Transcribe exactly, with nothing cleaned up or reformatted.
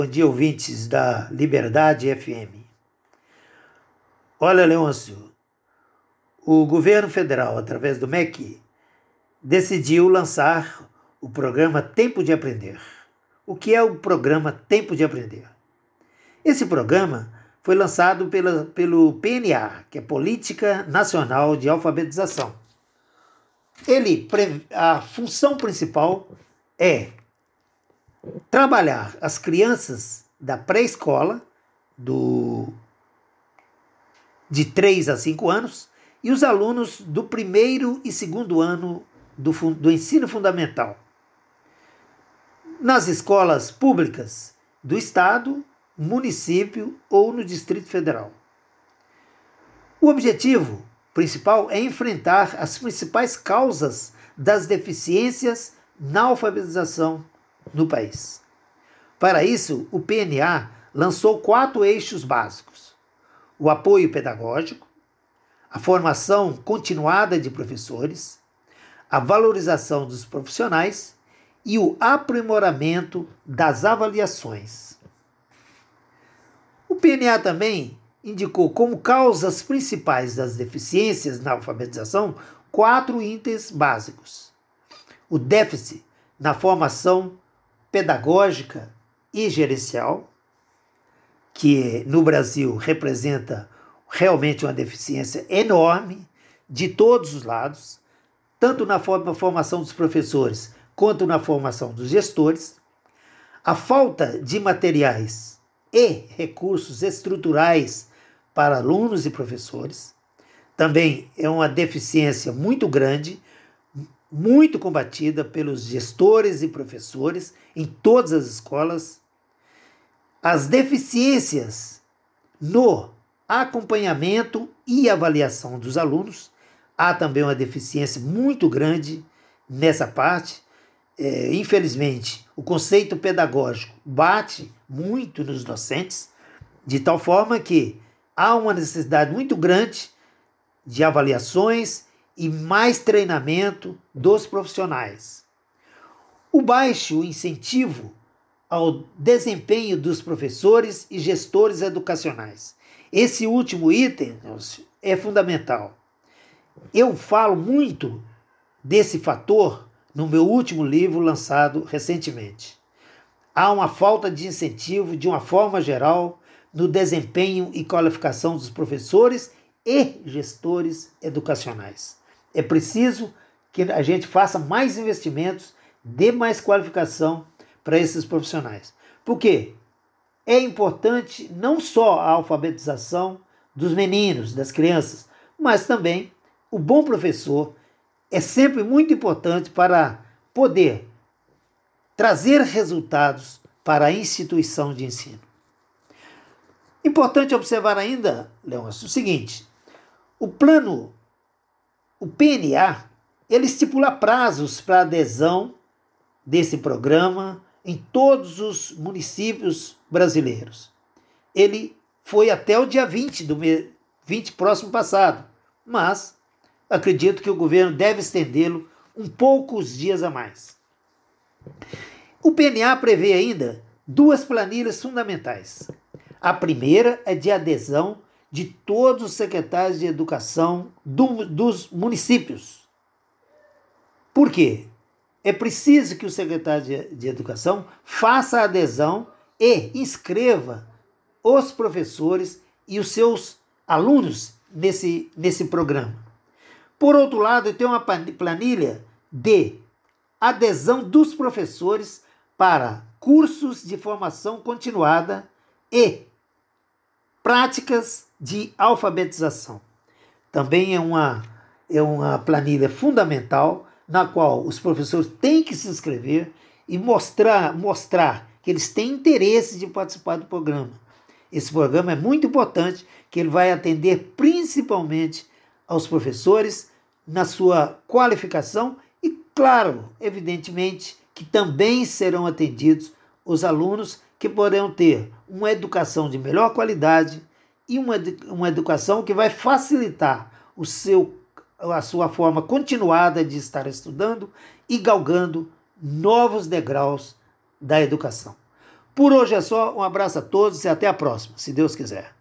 Bom dia, ouvintes da Liberdade F M. Olha, Leôncio, o governo federal, através do M E C, decidiu lançar o programa Tempo de Aprender. O que é o programa Tempo de Aprender? Esse programa foi lançado pela, pelo P N A, que é Política Nacional de Alfabetização. Ele, a função principal é trabalhar as crianças da pré-escola, do, de três a cinco anos, e os alunos do primeiro e segundo ano do, do ensino fundamental, nas escolas públicas do Estado, município ou no Distrito Federal. O objetivo principal é enfrentar as principais causas das deficiências na alfabetização no país. Para isso, o P N A lançou quatro eixos básicos: o apoio pedagógico, a formação continuada de professores, a valorização dos profissionais e o aprimoramento das avaliações. O P N A também indicou como causas principais das deficiências na alfabetização quatro itens básicos: o déficit na formação pedagógica e gerencial, que no Brasil representa realmente uma deficiência enorme de todos os lados, tanto na formação dos professores quanto na formação dos gestores, a falta de materiais e recursos estruturais para alunos e professores, também é uma deficiência muito grande, muito combatida pelos gestores e professores em todas as escolas. As deficiências no acompanhamento e avaliação dos alunos, há também uma deficiência muito grande nessa parte. É, infelizmente, o conceito pedagógico bate muito nos docentes, de tal forma que há uma necessidade muito grande de avaliações e mais treinamento dos profissionais. O baixo incentivo ao desempenho dos professores e gestores educacionais. Esse último item é fundamental. Eu falo muito desse fator no meu último livro lançado recentemente. Há uma falta de incentivo, de uma forma geral, no desempenho e qualificação dos professores e gestores educacionais. É preciso que a gente faça mais investimentos, dê mais qualificação para esses profissionais. Por quê? É importante não só a alfabetização dos meninos, das crianças, mas também o bom professor é sempre muito importante para poder trazer resultados para a instituição de ensino. Importante observar ainda, Leôncio, o seguinte: o plano, o P N A, ele estipula prazos para adesão desse programa em todos os municípios brasileiros. Ele foi até o dia vinte do mês, vinte próximo passado, mas acredito que o governo deve estendê-lo um poucos dias a mais. O P N A prevê ainda duas planilhas fundamentais. A primeira é de adesão de todos os secretários de educação do, dos municípios. Por quê? É preciso que o secretário de, de educação faça a adesão e inscreva os professores e os seus alunos nesse, nesse programa. Por outro lado, tem uma planilha de adesão dos professores para cursos de formação continuada e práticas de alfabetização. Também é uma, é uma planilha fundamental na qual os professores têm que se inscrever e mostrar, mostrar que eles têm interesse de participar do programa. Esse programa é muito importante, que ele vai atender principalmente aos professores na sua qualificação e, claro, evidentemente, que também serão atendidos os alunos que poderão ter uma educação de melhor qualidade e uma, uma educação que vai facilitar o seu, a sua forma continuada de estar estudando e galgando novos degraus da educação. Por hoje é só, um abraço a todos e até a próxima, se Deus quiser.